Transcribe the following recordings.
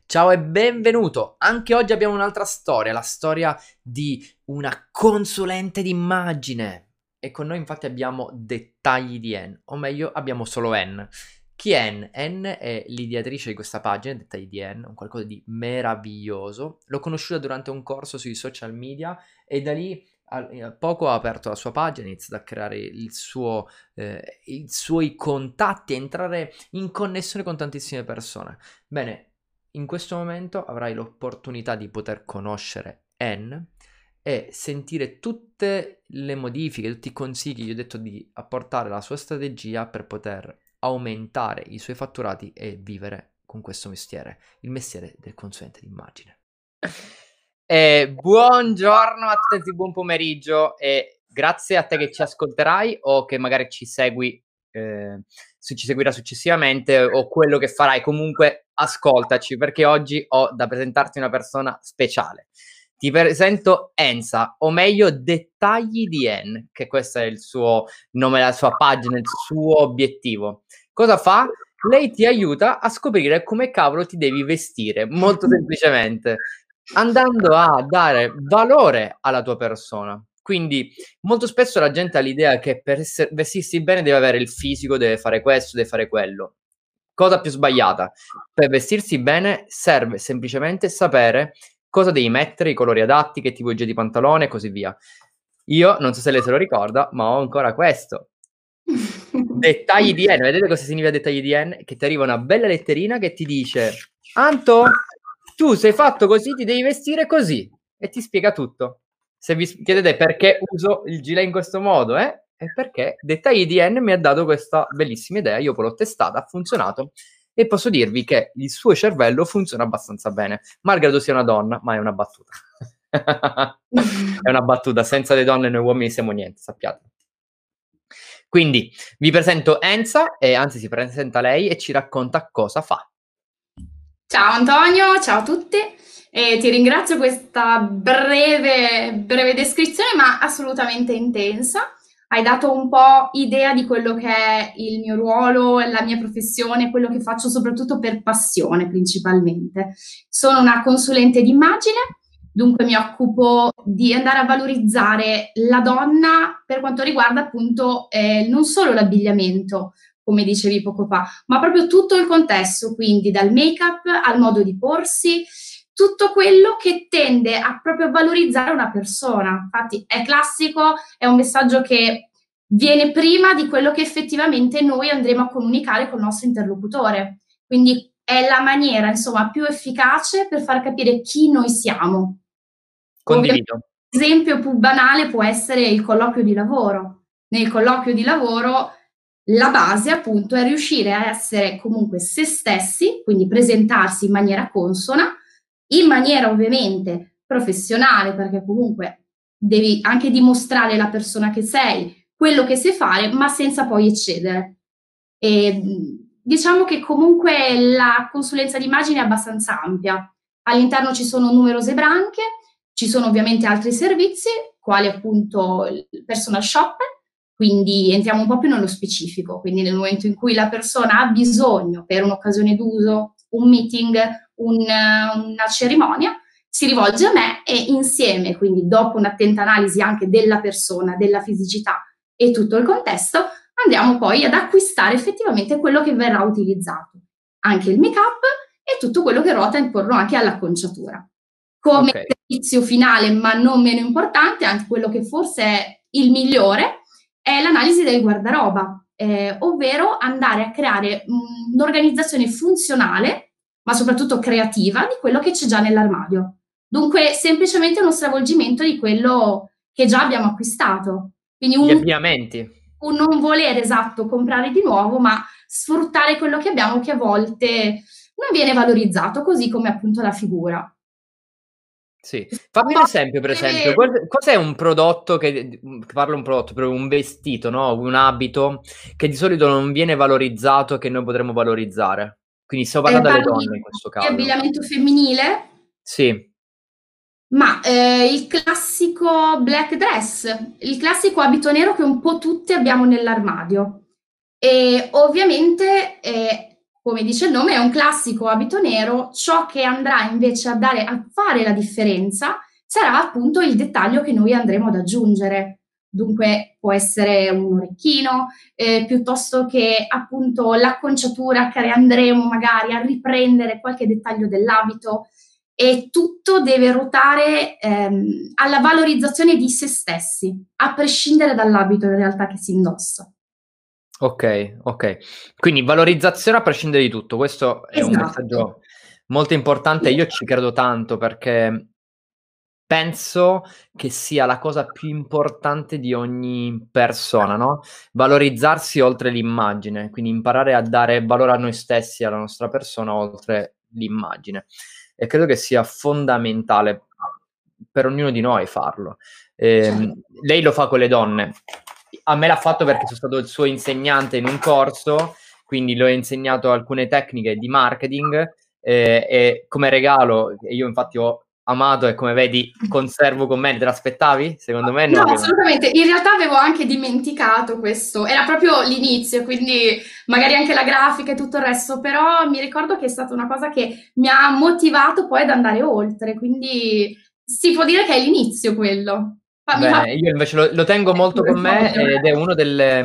Ciao e benvenuto! Anche oggi abbiamo un'altra storia, la storia di una consulente d'immagine. E con noi infatti abbiamo Dettagli di N, o meglio abbiamo solo N. Chi è N? N è l'ideatrice di questa pagina, Dettagli di N, un qualcosa di meraviglioso. L'ho conosciuta durante un corso sui social media e da lì a poco ha aperto la sua pagina, ha iniziato a creare i suoi contatti, a entrare in connessione con tantissime persone. Bene, in questo momento avrai l'opportunità di poter conoscere N e sentire tutte le modifiche, tutti i consigli che gli ho detto di apportare alla sua strategia per poter aumentare i suoi fatturati e vivere con questo mestiere, il mestiere del consulente d'immagine. Buongiorno a tutti, buon pomeriggio e grazie a te che ci ascolterai o che magari ci segui, ci seguirà successivamente o quello che farai. Comunque ascoltaci perché oggi ho da presentarti una persona speciale. Ti presento Enza, o meglio Dettagli di N, che questo è il suo nome, la sua pagina, il suo obiettivo. Cosa fa? Lei ti aiuta a scoprire come cavolo ti devi vestire, molto semplicemente, andando a dare valore alla tua persona. Quindi molto spesso la gente ha l'idea che per vestirsi bene deve avere il fisico, deve fare questo, deve fare quello. Cosa più sbagliata. Per vestirsi bene serve semplicemente sapere cosa devi mettere, i colori adatti, che tipologia di pantalone e così via. Io, non so se lei se lo ricorda, ma ho ancora questo. Dettagli di N. Vedete cosa significa dettagli di N? Che ti arriva una bella letterina che ti dice: Anto, tu sei fatto così, ti devi vestire così. E ti spiega tutto. Se vi chiedete perché uso il gilet in questo modo, è perché Dettagli di N mi ha dato questa bellissima idea. Io poi l'ho testata, ha funzionato. E posso dirvi che il suo cervello funziona abbastanza bene, malgrado sia una donna, ma è una battuta. È una battuta, senza le donne noi uomini siamo niente, sappiate. Quindi vi presento Enza, e anzi si presenta lei e ci racconta cosa fa. Ciao Antonio, ciao a tutti. Ti ringrazio per questa breve descrizione, ma assolutamente intensa. Hai dato un po' idea di quello che è il mio ruolo, la mia professione, quello che faccio soprattutto per passione principalmente. Sono una consulente d'immagine, dunque mi occupo di andare a valorizzare la donna per quanto riguarda appunto non solo l'abbigliamento, come dicevi poco fa, ma proprio tutto il contesto, quindi dal make-up al modo di porsi, tutto quello che tende a proprio valorizzare una persona. Infatti è classico, è un messaggio che viene prima di quello che effettivamente noi andremo a comunicare col nostro interlocutore. Quindi è la maniera, insomma, più efficace per far capire chi noi siamo. Condivido. L'esempio più banale può essere il colloquio di lavoro. Nel colloquio di lavoro la base appunto è riuscire a essere comunque se stessi, quindi presentarsi in maniera consona, in maniera ovviamente professionale, perché comunque devi anche dimostrare la persona che sei, quello che sai fare, ma senza poi eccedere. E, diciamo che comunque la consulenza d'immagine è abbastanza ampia. All'interno ci sono numerose branche, ci sono ovviamente altri servizi, quali appunto il personal shopper, quindi entriamo un po' più nello specifico, quindi nel momento in cui la persona ha bisogno per un'occasione d'uso, un meeting, una cerimonia, si rivolge a me e insieme, quindi dopo un'attenta analisi anche della persona, della fisicità e tutto il contesto, andiamo poi ad acquistare effettivamente quello che verrà utilizzato, anche il make-up e tutto quello che ruota intorno anche all'acconciatura. Come servizio finale, ma non meno importante, anche quello che forse è il migliore, è l'analisi del guardaroba, ovvero andare a creare un'organizzazione funzionale, ma soprattutto creativa, di quello che c'è già nell'armadio. Dunque, semplicemente uno stravolgimento di quello che già abbiamo acquistato. Quindi Gli abbigliamenti. un non volere esatto comprare di nuovo, ma sfruttare quello che abbiamo che a volte non viene valorizzato, così come appunto la figura. Sì. Fammi un esempio, per esempio. Cos'è un prodotto parlo un prodotto, proprio un vestito, no? Un abito che di solito non viene valorizzato, che noi potremmo valorizzare. Quindi stiamo parlando delle donne in questo Di caso. abbigliamento femminile? Sì. Ma il classico black dress, il classico abito nero che un po' tutti abbiamo nell'armadio. E ovviamente come dice il nome, è un classico abito nero. Ciò che andrà invece a fare la differenza sarà appunto il dettaglio che noi andremo ad aggiungere. Dunque può essere un orecchino, piuttosto che appunto l'acconciatura che andremo magari a riprendere qualche dettaglio dell'abito, e tutto deve ruotare alla valorizzazione di se stessi, a prescindere dall'abito in realtà che si indossa. Ok, ok. Quindi valorizzazione a prescindere di tutto. Questo è un Esatto. messaggio molto importante. Io ci credo tanto perché penso che sia la cosa più importante di ogni persona, no? Valorizzarsi oltre l'immagine, quindi imparare a dare valore a noi stessi, alla nostra persona, oltre l'immagine. E credo che sia fondamentale per ognuno di noi farlo. Lei lo fa con le donne. A me l'ha fatto perché sono stato il suo insegnante in un corso, quindi le ho insegnato alcune tecniche di marketing e come regalo, io infatti ho amato e come vedi conservo con me. Te l'aspettavi? Secondo me no. No, assolutamente. In realtà avevo anche dimenticato questo. Era proprio l'inizio, quindi magari anche la grafica e tutto il resto, però mi ricordo che è stata una cosa che mi ha motivato poi ad andare oltre, quindi si può dire che è l'inizio quello. Bene, io invece lo tengo molto con me ed è uno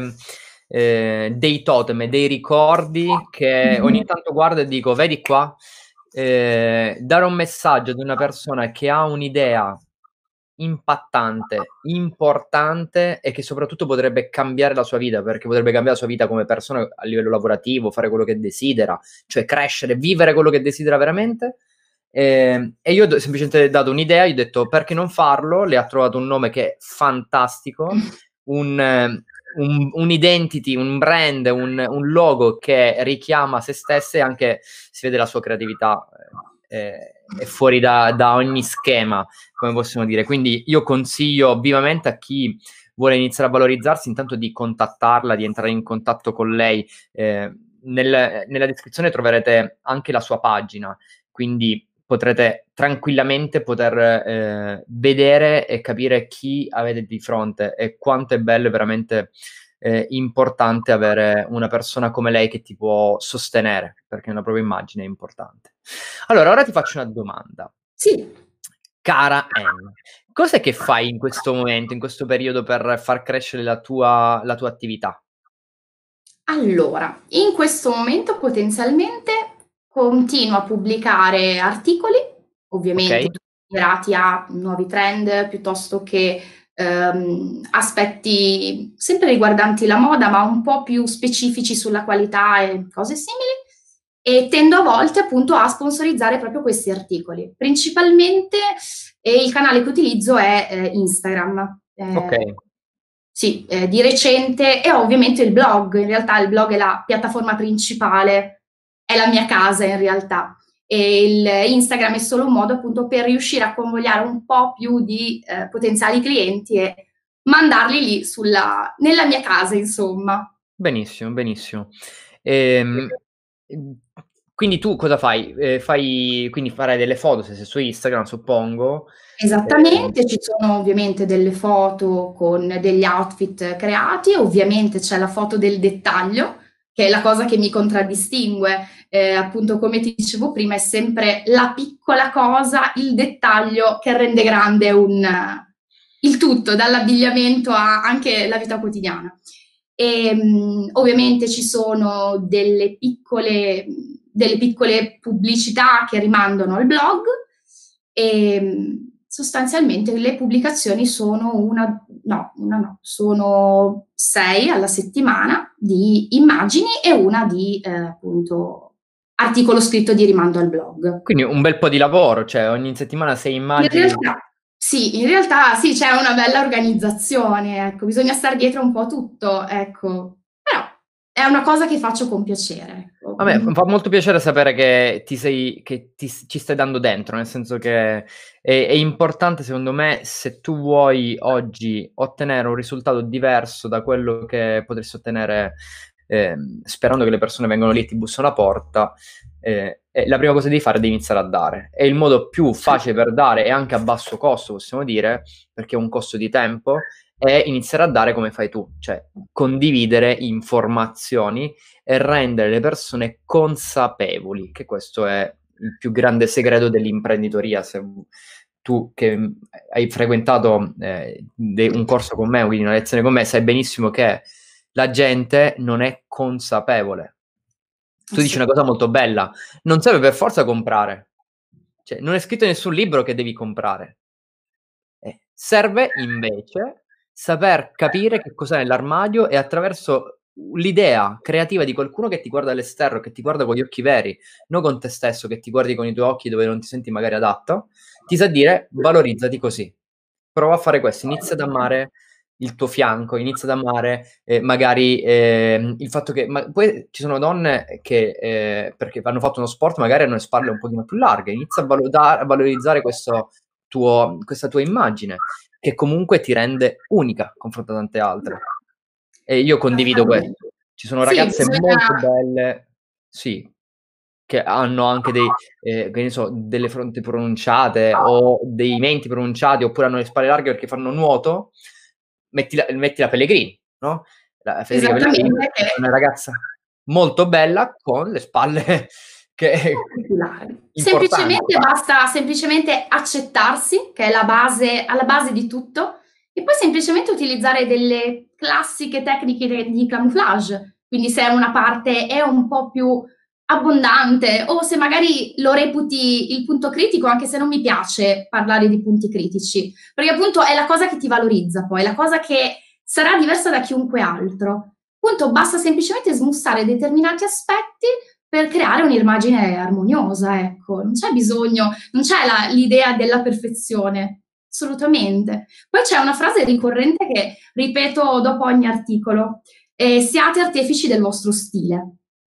dei totem, dei ricordi che ogni tanto guardo e dico, vedi qua, dare un messaggio ad una persona che ha un'idea impattante, importante e che soprattutto potrebbe cambiare la sua vita, perché potrebbe cambiare la sua vita come persona a livello lavorativo, fare quello che desidera, cioè crescere, vivere quello che desidera veramente. E io ho semplicemente dato un'idea, gli ho detto perché non farlo, le ha trovato un nome che è fantastico, un identity, un brand, un logo che richiama se stessa e anche si vede la sua creatività è fuori da ogni schema, come possiamo dire. Quindi io consiglio vivamente a chi vuole iniziare a valorizzarsi intanto di contattarla, di entrare in contatto con lei. Nella descrizione troverete anche la sua pagina, quindi potrete tranquillamente vedere e capire chi avete di fronte e quanto è bello e veramente importante avere una persona come lei che ti può sostenere, perché una propria immagine è importante. Allora, ora ti faccio una domanda. Sì. Cara Anne, cos'è che fai in questo momento, in questo periodo, per far crescere la tua attività? Allora, in questo momento potenzialmente continuo a pubblicare articoli, ovviamente Ok? tutti mirati a nuovi trend piuttosto che aspetti sempre riguardanti la moda, ma un po' più specifici sulla qualità e cose simili. E tendo a volte appunto a sponsorizzare proprio questi articoli. Principalmente il canale che utilizzo è Instagram. Ok. Sì, di recente, e ovviamente il blog. In realtà il blog è la piattaforma principale, è la mia casa in realtà. E il Instagram è solo un modo appunto per riuscire a convogliare un po' più di potenziali clienti e mandarli lì nella mia casa, insomma. Benissimo, benissimo. Quindi tu cosa fai? Quindi farai delle foto, se sei su Instagram, suppongo. Esattamente, ci sono ovviamente delle foto con degli outfit creati, ovviamente c'è la foto del dettaglio, che è la cosa che mi contraddistingue, appunto come ti dicevo prima, è sempre la piccola cosa, il dettaglio che rende grande il tutto, dall'abbigliamento a anche la vita quotidiana. E, ovviamente ci sono delle piccole pubblicità che rimandano al blog e sostanzialmente le pubblicazioni sono sono 6 alla settimana di immagini e una di appunto articolo scritto di rimando al blog. Quindi un bel po' di lavoro, cioè ogni settimana 6 immagini. In realtà sì, c'è una bella organizzazione, ecco, bisogna star dietro un po' a tutto, ecco, però è una cosa che faccio con piacere. Ecco. A me fa molto piacere sapere che ci stai dando dentro, nel senso che è importante secondo me, se tu vuoi oggi ottenere un risultato diverso da quello che potresti ottenere sperando che le persone vengano lì e ti bussano alla porta, la prima cosa che devi fare è iniziare a dare. È il modo più facile per dare e anche a basso costo, possiamo dire, perché è un costo di tempo, e iniziare a dare come fai tu, cioè condividere informazioni e rendere le persone consapevoli, che questo è il più grande segreto dell'imprenditoria. Se tu che hai frequentato un corso con me, quindi una lezione con me, sai benissimo che la gente non è consapevole. Tu dici una cosa molto bella, non serve per forza comprare, cioè non è scritto in nessun libro che devi comprare. Serve invece saper capire che cos'è nell'armadio e attraverso l'idea creativa di qualcuno che ti guarda dall'esterno, che ti guarda con gli occhi veri, non con te stesso, che ti guardi con i tuoi occhi dove non ti senti magari adatto, ti sa dire valorizzati così. Prova a fare questo, inizia ad amare il tuo fianco, inizia ad amare magari il fatto che poi ci sono donne che perché hanno fatto uno sport magari hanno le spalle un pochino più larghe, inizia a valorizzare questa tua immagine che comunque ti rende unica confronto a tante altre. E io condivido questo. Ci sono ragazze molto belle, sì, che hanno anche che ne so, delle fronti pronunciate o dei menti pronunciati, oppure hanno le spalle larghe perché fanno nuoto, metti la Pellegrini, no? La Federica Pellegrini è una ragazza molto bella con le spalle che semplicemente basta semplicemente accettarsi, che è la base, alla base di tutto, e poi semplicemente utilizzare delle classiche tecniche di camouflage. Quindi se una parte è un po' più abbondante o se magari lo reputi il punto critico, anche se non mi piace parlare di punti critici, perché appunto è la cosa che ti valorizza poi, la cosa che sarà diversa da chiunque altro. Appunto basta semplicemente smussare determinati aspetti per creare un'immagine armoniosa, ecco, non c'è bisogno, non c'è l'idea della perfezione, assolutamente. Poi c'è una frase ricorrente che ripeto dopo ogni articolo, siate artefici del vostro stile.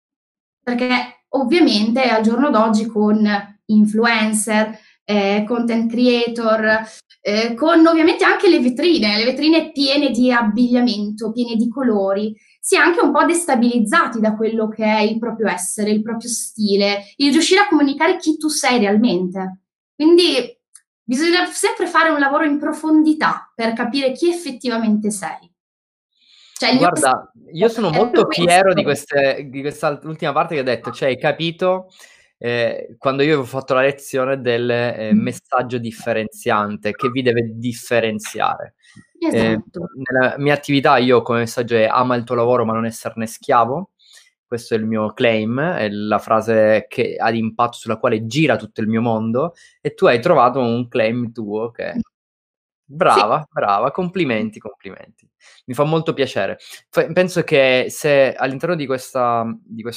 Perché ovviamente al giorno d'oggi con influencer, content creator, con ovviamente anche le vetrine piene di abbigliamento, piene di colori, si è anche un po' destabilizzati da quello che è il proprio essere, il proprio stile, il riuscire a comunicare chi tu sei realmente. Quindi bisogna sempre fare un lavoro in profondità per capire chi effettivamente sei. Cioè, guarda, io sono molto fiero di questa ultima parte che hai detto, cioè hai capito quando io avevo fatto la lezione del messaggio differenziante che vi deve differenziare. Esatto. Nella mia attività io come messaggio è ama il tuo lavoro ma non esserne schiavo. Questo è il mio claim, è la frase che ha l'impatto sulla quale gira tutto il mio mondo e tu hai trovato un claim tuo che... Brava, sì. Brava, complimenti. Mi fa molto piacere. Penso che se all'interno di questo,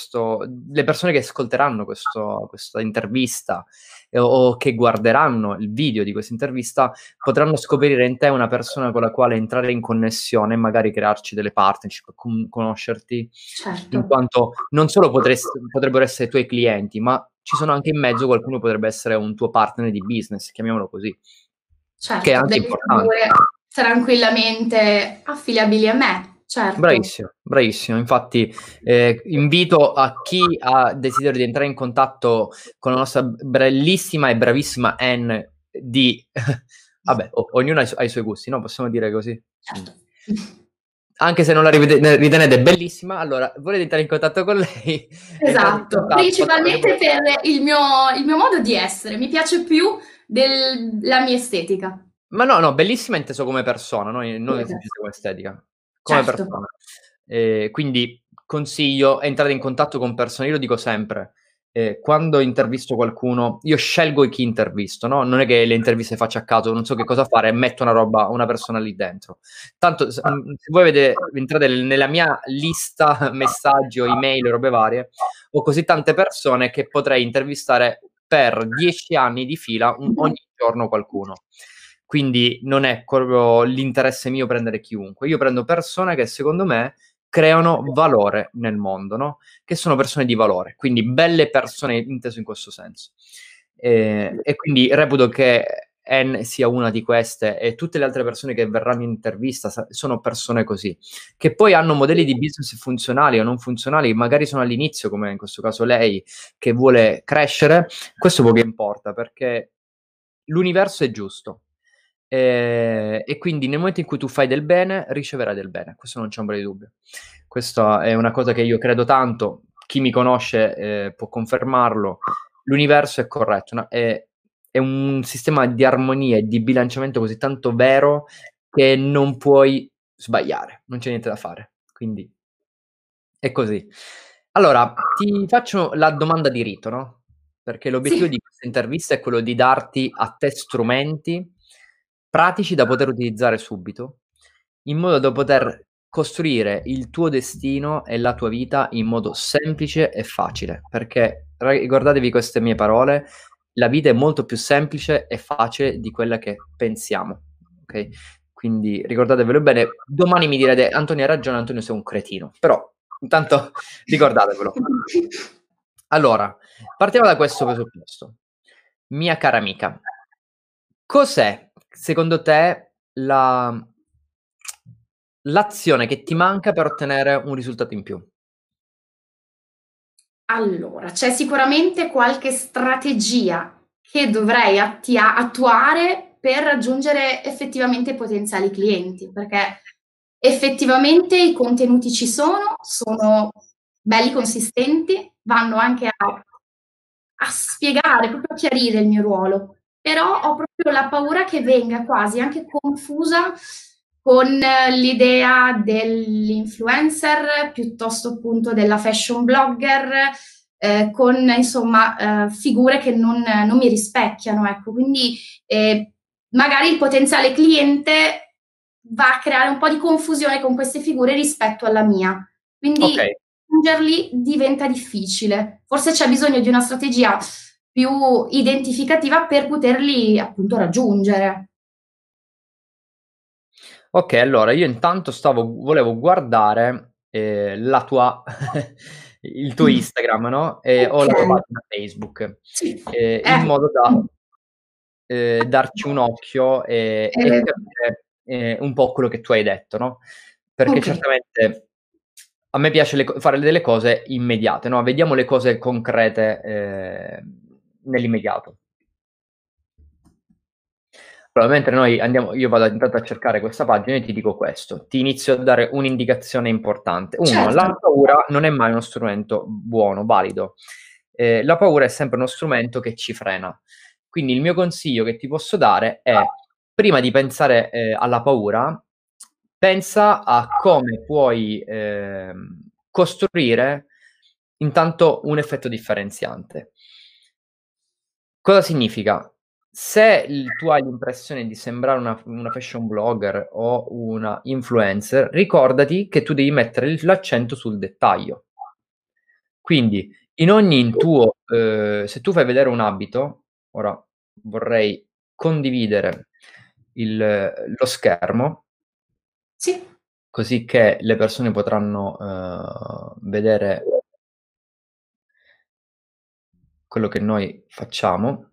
le persone che ascolteranno questa intervista o che guarderanno il video di questa intervista potranno scoprire in te una persona con la quale entrare in connessione e magari crearci delle partnership, conoscerti, certo. In quanto non solo potrebbero essere i tuoi clienti, ma ci sono anche in mezzo qualcuno che potrebbe essere un tuo partner di business, chiamiamolo così. Certo, che è anche importante. Tranquillamente affiliabili a me, certo. Bravissimo. Infatti invito a chi ha desiderio di entrare in contatto con la nostra bellissima e bravissima Anne di... Vabbè, ognuno ha i suoi gusti, no? Possiamo dire così? Certo. Anche se non la ritenete bellissima, allora volete entrare in contatto con lei? Esatto, principalmente per il mio modo di essere, mi piace più della mia estetica. Ma no, bellissima inteso come persona, non semplicemente come estetica, come persona. Quindi consiglio entrare in contatto con persone, io lo dico sempre, quando intervisto qualcuno, io scelgo chi intervisto, no? Non è che le interviste faccio a caso, non so che cosa fare e metto una persona lì dentro. Tanto se voi entrate nella mia lista messaggi o email o robe varie, ho così tante persone che potrei intervistare per 10 anni di fila ogni giorno qualcuno. Quindi non è proprio l'interesse mio prendere chiunque, io prendo persone che secondo me creano valore nel mondo, no? Che sono persone di valore, quindi belle persone inteso in questo senso. E quindi reputo che Anne sia una di queste e tutte le altre persone che verranno in intervista sono persone così, che poi hanno modelli di business funzionali o non funzionali, magari sono all'inizio, come in questo caso lei, che vuole crescere, questo poco importa, perché l'universo è giusto. E quindi nel momento in cui tu fai del bene, riceverai del bene, questo non c'è ombra di dubbio. Questa è una cosa che io credo tanto, chi mi conosce può confermarlo, l'universo è corretto, no? È un sistema di armonia e di bilanciamento così tanto vero che non puoi sbagliare, non c'è niente da fare, quindi è così. Allora, ti faccio la domanda di rito, no? Perché l'obiettivo Sì. di questa intervista è quello di darti a te strumenti pratici da poter utilizzare subito, in modo da poter costruire il tuo destino e la tua vita in modo semplice e facile. Perché ricordatevi queste mie parole, la vita è molto più semplice e facile di quella che pensiamo, ok? Quindi ricordatevelo bene, domani mi direte Antonio hai ragione, Antonio sei un cretino, però intanto ricordatevelo. Allora, partiamo da questo presupposto. Mia cara amica, cos'è secondo te l'azione che ti manca per ottenere un risultato in più? Allora, c'è sicuramente qualche strategia che dovrei attuare per raggiungere effettivamente i potenziali clienti, perché effettivamente i contenuti ci sono belli consistenti, vanno anche a spiegare, proprio a chiarire il mio ruolo, però ho proprio la paura che venga quasi anche confusa con l'idea dell'influencer piuttosto appunto della fashion blogger, con insomma figure che non mi rispecchiano, ecco. Quindi magari il potenziale cliente va a creare un po' di confusione con queste figure rispetto alla mia. Ok, Quindi raggiungerli diventa difficile. Forse c'è bisogno di una strategia più identificativa per poterli appunto raggiungere. ok, allora io intanto volevo guardare il tuo Instagram, no? O la tua Okay, pagina Facebook, sì. in modo da Mh. darci un occhio e Ehm, capire un po' quello che tu hai detto, no? Perché okay. certamente a me piace fare delle cose immediate, no? Vediamo le cose concrete nell'immediato. Allora, mentre noi andiamo, io vado intanto a cercare questa pagina e ti dico questo, ti inizio a dare un'indicazione importante. Uno, Certo. la paura non è mai uno strumento buono, valido. La paura è sempre uno strumento che ci frena. Quindi il mio consiglio che ti posso dare è, prima di pensare alla paura, pensa a come puoi costruire intanto un effetto differenziante. Cosa significa? Se tu hai l'impressione di sembrare una fashion blogger o una influencer, ricordati che tu devi mettere l'accento sul dettaglio. Quindi in ogni tuo, se tu fai vedere un abito, ora vorrei condividere lo schermo, Sì. così che le persone potranno vedere quello che noi facciamo.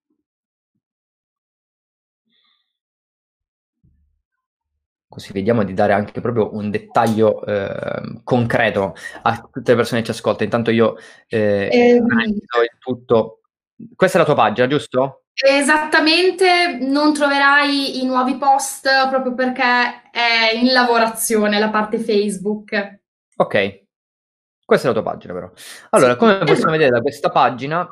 Così vediamo di dare anche proprio un dettaglio concreto a tutte le persone che ci ascoltano. Intanto io Ehm, organizzo il tutto. Questa è la tua pagina, giusto? Esattamente, non troverai i nuovi post proprio perché è in lavorazione la parte Facebook. Ok, questa è la tua pagina però. Allora, Sì, come possiamo vedere esatto. da questa pagina,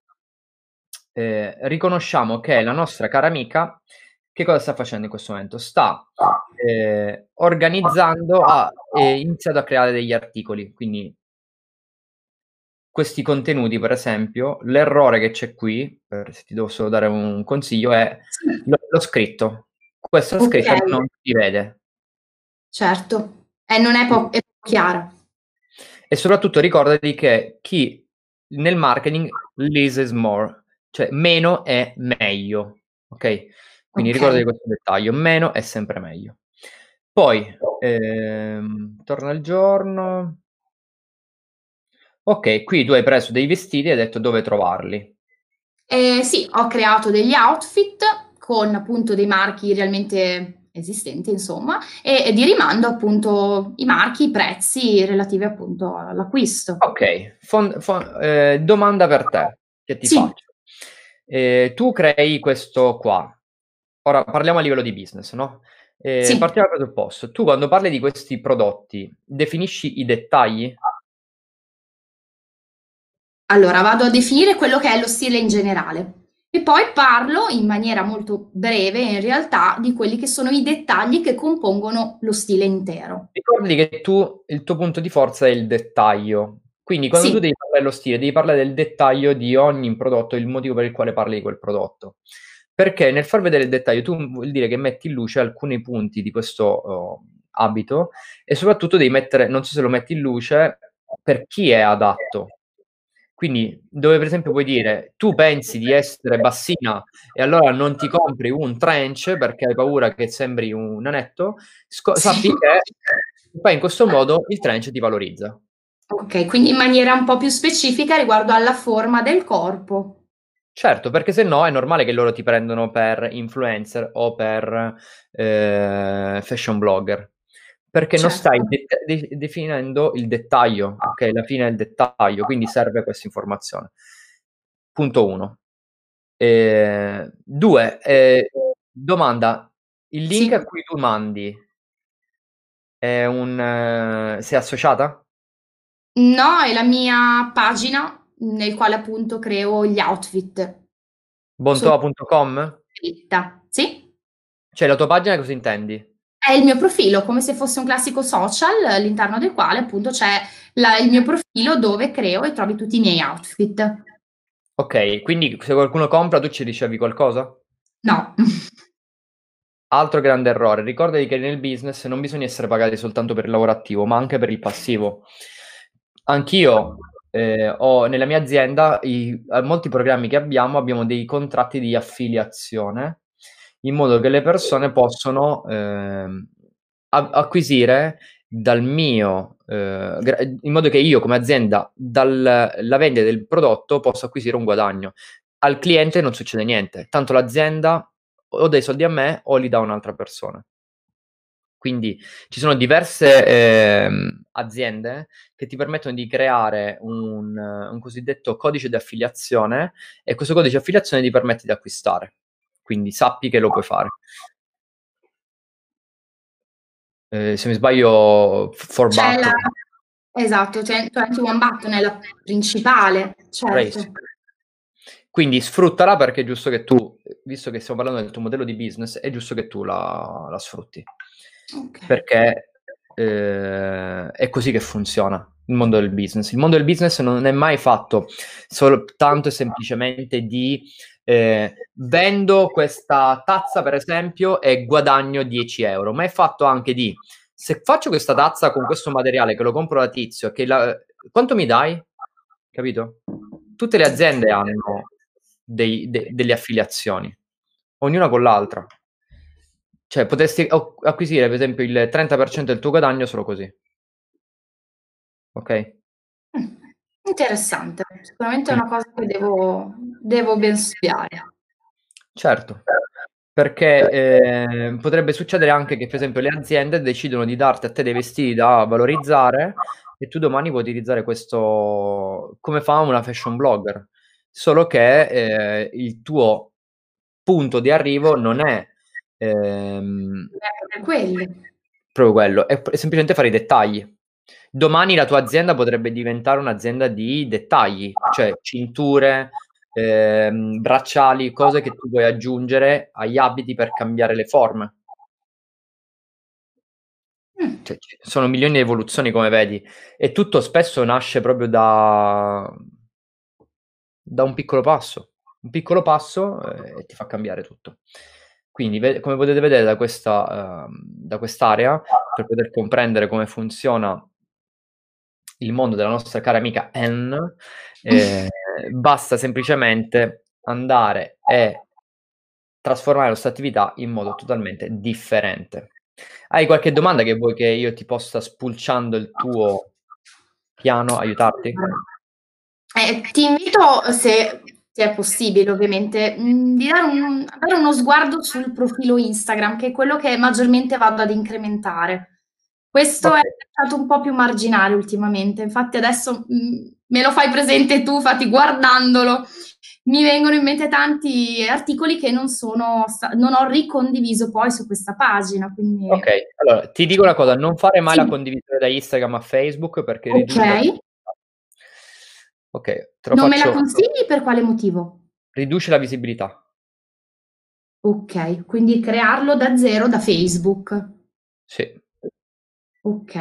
riconosciamo che la nostra cara amica che cosa sta facendo in questo momento? Sta organizzando, ha iniziato a creare degli articoli, quindi questi contenuti, per esempio, l'errore che c'è qui, se ti devo solo dare un consiglio, è Sì. l'ho scritto. Questa scritta Okay, non si vede. certo. Non è è poco chiara. E soprattutto ricordati che chi nel marketing less is more, cioè meno è meglio, ok? Quindi Okay. ricordati questo dettaglio, meno è sempre meglio. Poi, torna al giorno. Ok, qui tu hai preso dei vestiti e hai detto dove trovarli. Sì, ho creato degli outfit con appunto dei marchi realmente esistenti insomma, e di rimando appunto i marchi, i prezzi relativi appunto all'acquisto. Ok, domanda per te che ti Sì, faccio. Tu crei questo qua. Ora parliamo a livello di business, no? Sì. Partiamo dal presupposto. Tu quando parli di questi prodotti, definisci i dettagli? Allora, vado a definire quello che è lo stile in generale e poi parlo in maniera molto breve, in realtà, di quelli che sono i dettagli che compongono lo stile intero. Ricordi che il tuo punto di forza è il dettaglio. Quindi quando tu Sì, devi parlare dello stile, devi parlare del dettaglio di ogni prodotto, il motivo per il quale parli di quel prodotto. Perché nel far vedere il dettaglio tu vuol dire che metti in luce alcuni punti di questo abito e soprattutto devi mettere, non so se lo metti in luce, per chi è adatto. Quindi dove per esempio puoi dire: "Tu pensi di essere bassina e allora non ti compri un trench perché hai paura che sembri un nanetto", sì. sappi che poi in questo modo il trench ti valorizza. Ok, quindi in maniera un po' più specifica riguardo alla forma del corpo. Certo, perché se no è normale che loro ti prendono per influencer o per, fashion blogger, perché non stai Certo. definendo il dettaglio, okay, alla fine è il dettaglio, quindi serve questa informazione. Punto 1. 2, domanda: il link a Sì. cui tu mandi è sei associata? No, è la mia pagina nel quale appunto creo gli outfit. Sono Bontoa.com? iscritta. Sì? Cioè la tua pagina cosa intendi? È il mio profilo, come se fosse un classico social all'interno del quale appunto c'è il mio profilo dove creo e trovi tutti i miei outfit. Okay, quindi se qualcuno compra tu ci ricevi qualcosa? No. Altro grande errore, ricordati che nel business non bisogna essere pagati soltanto per il lavoro attivo, ma anche per il passivo. Anch'io, ho nella mia azienda molti programmi che abbiamo dei contratti di affiliazione, in modo che le persone possono, acquisire dal mio in modo che io come azienda la vendita del prodotto posso acquisire un guadagno. Al cliente non succede niente, tanto l'azienda o dà i soldi a me o li dà a un'altra persona. Quindi ci sono diverse, aziende che ti permettono di creare un cosiddetto codice di affiliazione e questo codice di affiliazione ti permette di acquistare. Quindi sappi che lo puoi fare. Se mi sbaglio 4 C'è la button, esatto, c'è 21 Button è la principale, certo. bravissimo. Quindi sfruttala perché è giusto che tu, visto che stiamo parlando del tuo modello di business, è giusto che tu la sfrutti. Okay. Perché, è così che funziona il mondo del business. Il mondo del business non è mai fatto soltanto e semplicemente di, vendo questa tazza per esempio e guadagno 10 €, ma è fatto anche di: se faccio questa tazza con questo materiale che lo compro da Tizio e quanto mi dai? Capito? Tutte le aziende hanno delle affiliazioni, ognuna con l'altra. Cioè potresti acquisire per esempio il 30% del tuo guadagno solo così, okay? Mh, interessante. Sicuramente è Quindi una cosa che devo ben studiare. certo, perché, potrebbe succedere anche che per esempio le aziende decidono di darti a te dei vestiti da valorizzare e tu domani puoi utilizzare questo come fa una fashion blogger, solo che, il tuo punto di arrivo non è, ehm È proprio quello. proprio quello, è semplicemente fare i dettagli. Domani la tua azienda potrebbe diventare un'azienda di dettagli, cioè cinture, bracciali, cose che tu puoi aggiungere agli abiti per cambiare le forme. Mh. Cioè ci sono milioni di evoluzioni come vedi e tutto spesso nasce proprio da un piccolo passo. Un piccolo passo, e ti fa cambiare tutto. Quindi come potete vedere da quest'area, per poter comprendere come funziona il mondo della nostra cara amica Anne, ehm, basta semplicemente andare e trasformare la sua attività in modo totalmente differente. Hai qualche domanda che vuoi che io ti possa, spulciando il tuo piano, aiutarti? Ti invito, se è possibile ovviamente, di dare uno sguardo sul profilo Instagram, che è quello che maggiormente vado ad incrementare. Questo è Okay. stato un po' più marginale ultimamente, infatti adesso, me lo fai presente tu, infatti guardandolo mi vengono in mente tanti articoli che non ho ricondiviso poi su questa pagina, quindi Ok, allora ti dico una cosa, non fare mai la sì, condivisione da Instagram a Facebook perché ok. riduce la visibilità. Ok, te lo Non me la faccio, consigli per quale motivo? riduce la visibilità. Ok, quindi crearlo da zero da Facebook. Sì. Ok.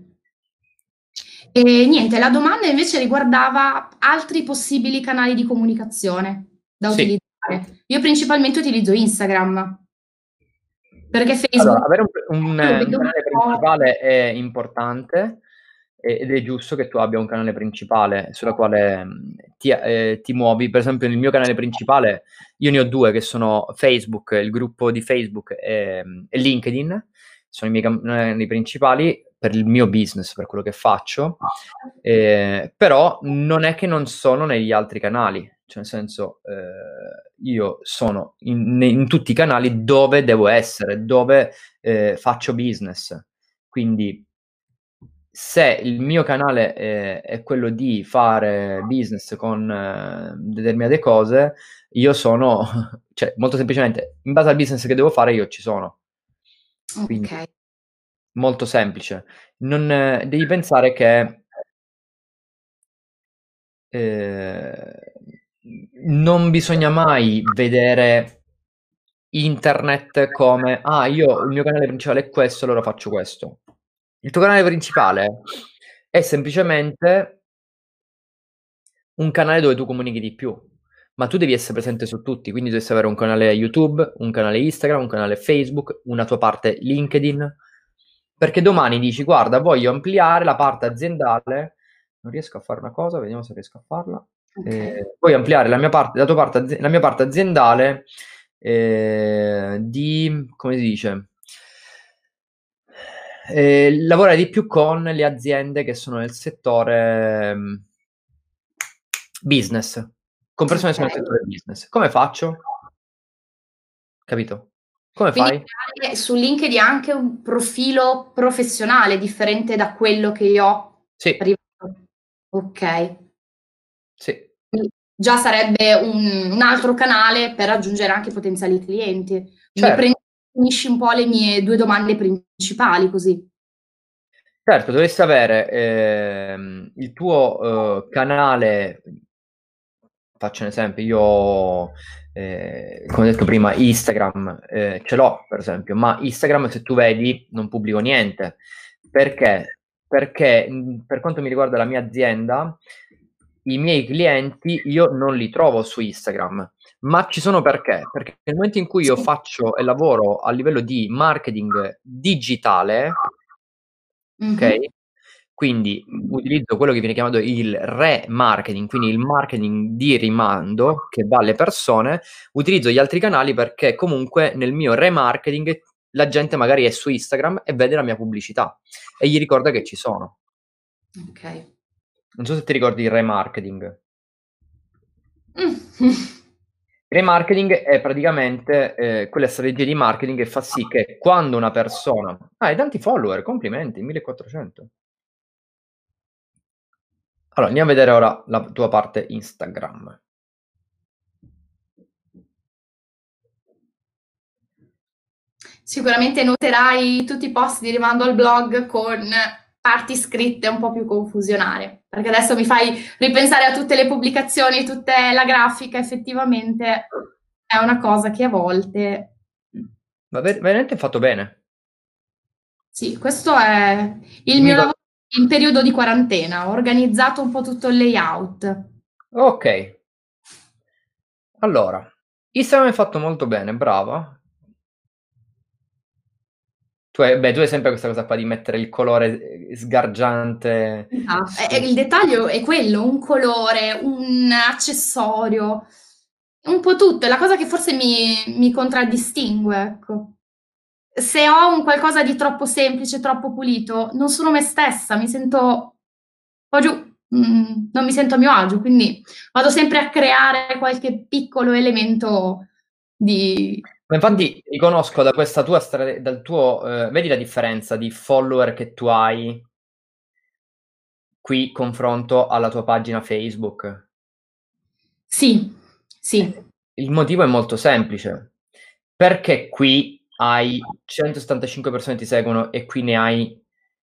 E niente, la domanda invece riguardava altri possibili canali di comunicazione da Sì. utilizzare. Io principalmente utilizzo Instagram, perché Allora, Facebook avere lo un vedo un canale po'. principale è importante ed è giusto che tu abbia un canale principale sulla quale ti muovi. Per esempio, nel mio canale principale, io ne ho due che sono Facebook, il gruppo di Facebook e LinkedIn, sono i miei canali principali per il mio business, per quello che faccio. Però non è che non sono negli altri canali, cioè nel senso io sono in tutti i canali dove devo essere, dove faccio business. Quindi se il mio canale è quello di fare business con determinate cose, io sono, cioè molto semplicemente, in base al business che devo fare io ci sono. Quindi Ok. molto semplice. Non, devi pensare che eh, non bisogna mai vedere internet come, ah, io il mio canale principale è questo, allora faccio questo. Il tuo canale principale è semplicemente un canale dove tu comunichi di più, ma tu devi essere presente su tutti, quindi dovresti avere un canale YouTube, un canale Instagram, un canale Facebook, una tua parte LinkedIn, perché domani dici, guarda, voglio ampliare la parte aziendale, non riesco a fare una cosa, vediamo se riesco a farla. Ok. Voglio ampliare la tua parte, la mia parte aziendale di, come si dice, lavorare di più con le aziende che sono nel settore business, con persone che sono nel Ok. settore business. Come faccio? Capito? Come Quindi fai? creare su LinkedIn anche un profilo professionale differente da quello che io ho Sì, privato. Ok. sì. Quindi già sarebbe un altro canale per raggiungere anche potenziali clienti. Quindi Certo, finisci un po' le mie due domande principali così. certo, dovresti avere il tuo canale, faccio un esempio, io come ho detto prima, Instagram ce l'ho per esempio, ma Instagram se tu vedi non pubblico niente. Perché? Perché per quanto mi riguarda la mia azienda, i miei clienti io non li trovo su Instagram, ma ci sono perché? Perché nel momento in cui io Sì. faccio e lavoro a livello di marketing digitale, ok? Mhm. Quindi utilizzo quello che viene chiamato il remarketing, quindi il marketing di rimando che va alle persone. Utilizzo gli altri canali perché comunque nel mio remarketing la gente magari è su Instagram e vede la mia pubblicità e gli ricorda che ci sono. Ok. Non so se ti ricordi il remarketing. Mm. Il remarketing è praticamente quella strategia di marketing che fa sì che quando una persona... Ah, hai tanti follower, complimenti, 1400. Allora, andiamo a vedere ora la tua parte Instagram. Sicuramente noterai tutti i post di rimando al blog con parti scritte un po' più confusionarie, perché adesso mi fai ripensare a tutte le pubblicazioni, tutta la grafica, effettivamente è una cosa che a volte... Ma veramente fatto bene. Sì, questo è il Dimmi mio lavoro in periodo di quarantena, ho organizzato un po' tutto il layout. Ok, allora, Instagram è fatto molto bene, brava. Tu hai sempre questa cosa qua di mettere il colore sgargiante Esatto. su... Il dettaglio è quello, un colore, un accessorio, un po' tutto, è la cosa che forse mi contraddistingue, ecco. Se ho un qualcosa di troppo semplice, troppo pulito, non sono me stessa, mi sento un po' giù, non mi sento a mio agio, quindi vado sempre a creare qualche piccolo elemento di... Ma infatti riconosco da questa tua dal tuo... vedi la differenza di follower che tu hai qui confronto alla tua pagina Facebook? Sì, Sì, Il motivo è molto semplice. Perché qui hai 175 persone ti seguono e qui ne hai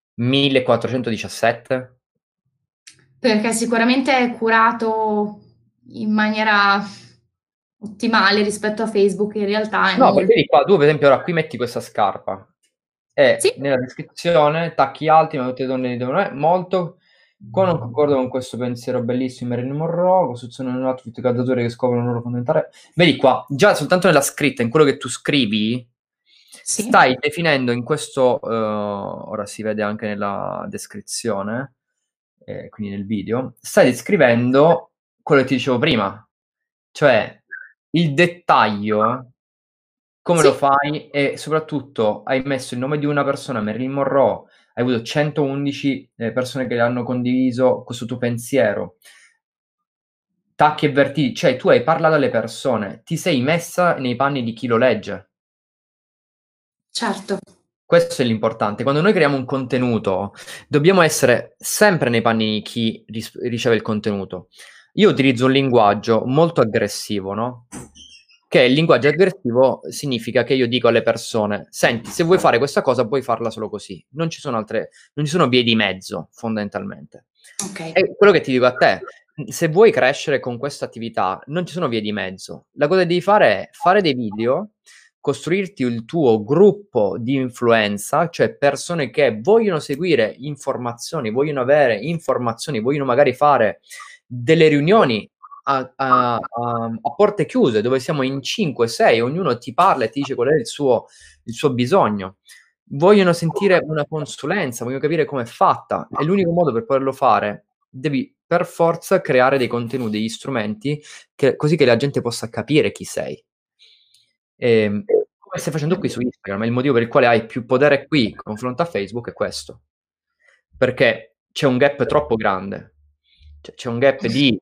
1417? perché sicuramente è curato in maniera ottimale rispetto a Facebook, in realtà è No, perché molto. di qua, tu per esempio ora qui metti questa scarpa Sì, e nella descrizione tacchi alti, ma tutte le donne li devono molto. Qua non concordo con questo pensiero bellissimo di Marilyn Monroe, costruzione di un outfit calciatori che scoprono un loro fondamentale. Vedi qua, già soltanto nella scritta, in quello che tu scrivi, sì, stai definendo in questo, ora si vede anche nella descrizione, quindi nel video, stai descrivendo quello che ti dicevo prima, cioè il dettaglio, come lo sì. fai e soprattutto hai messo il nome di una persona, Marilyn Monroe, hai avuto 111 persone che hanno condiviso questo tuo pensiero. Tacchi e vertigini, cioè tu hai parlato alle persone, ti sei messa nei panni di chi lo legge. Certo. Questo è l'importante. Quando noi creiamo un contenuto, dobbiamo essere sempre nei panni di chi riceve il contenuto. Io utilizzo un linguaggio molto aggressivo, no? Che il linguaggio aggressivo significa che io dico alle persone: senti, se vuoi fare questa cosa, puoi farla solo così. Non ci sono vie di mezzo, fondamentalmente. Ok. E quello che ti dico a te, se vuoi crescere con questa attività, non ci sono vie di mezzo. La cosa che devi fare è fare dei video, costruirti il tuo gruppo di influenza, cioè persone che vogliono seguire informazioni, vogliono avere informazioni, vogliono magari fare delle riunioni a porte chiuse, dove siamo in 5, 6, ognuno ti parla e ti dice qual è il suo bisogno. Vogliono sentire una consulenza, vogliono capire com'è fatta. E l'unico modo per poterlo fare, devi per forza creare dei contenuti, degli strumenti, così che la gente possa capire chi sei. Come stai facendo qui su Instagram, è il motivo per il quale hai più potere qui confronto a Facebook è questo. Perché c'è un gap troppo grande. Cioè, c'è un gap di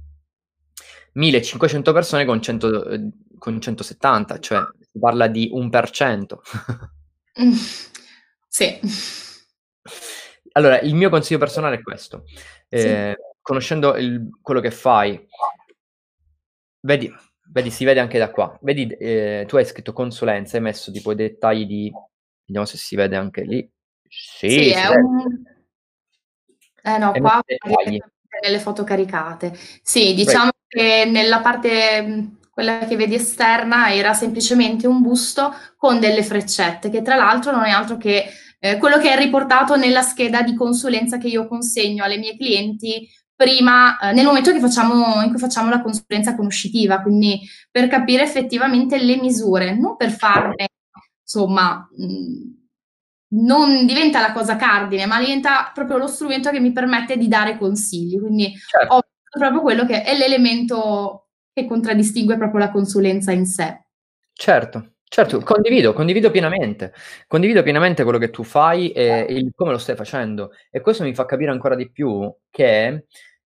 1500 persone con 170, cioè si parla di 1%. Mm, sì, Allora, il mio consiglio personale è questo. sì. Conoscendo quello che fai, vedi, si vede anche da qua. Vedi, tu hai scritto consulenza, hai messo tipo i dettagli di... Vediamo se si vede anche lì. Sì, Sì, si è vede. un. Eh no, Hai qua messo i dettagli. direttamente nelle foto caricate. Sì, Vai. diciamo che nella parte, quella che vedi esterna, era semplicemente un busto con delle freccette, che tra l'altro non è altro che quello che è riportato nella scheda di consulenza che io consegno alle mie clienti prima, nel momento in cui facciamo la consulenza conoscitiva, quindi per capire effettivamente le misure, non per farne, insomma, non diventa la cosa cardine, ma diventa proprio lo strumento che mi permette di dare consigli. Quindi ho Certo. visto proprio quello che è l'elemento che contraddistingue proprio la consulenza in sé. Certo, certo, condivido pienamente. Condivido pienamente quello che tu fai e come lo stai facendo. E questo mi fa capire ancora di più che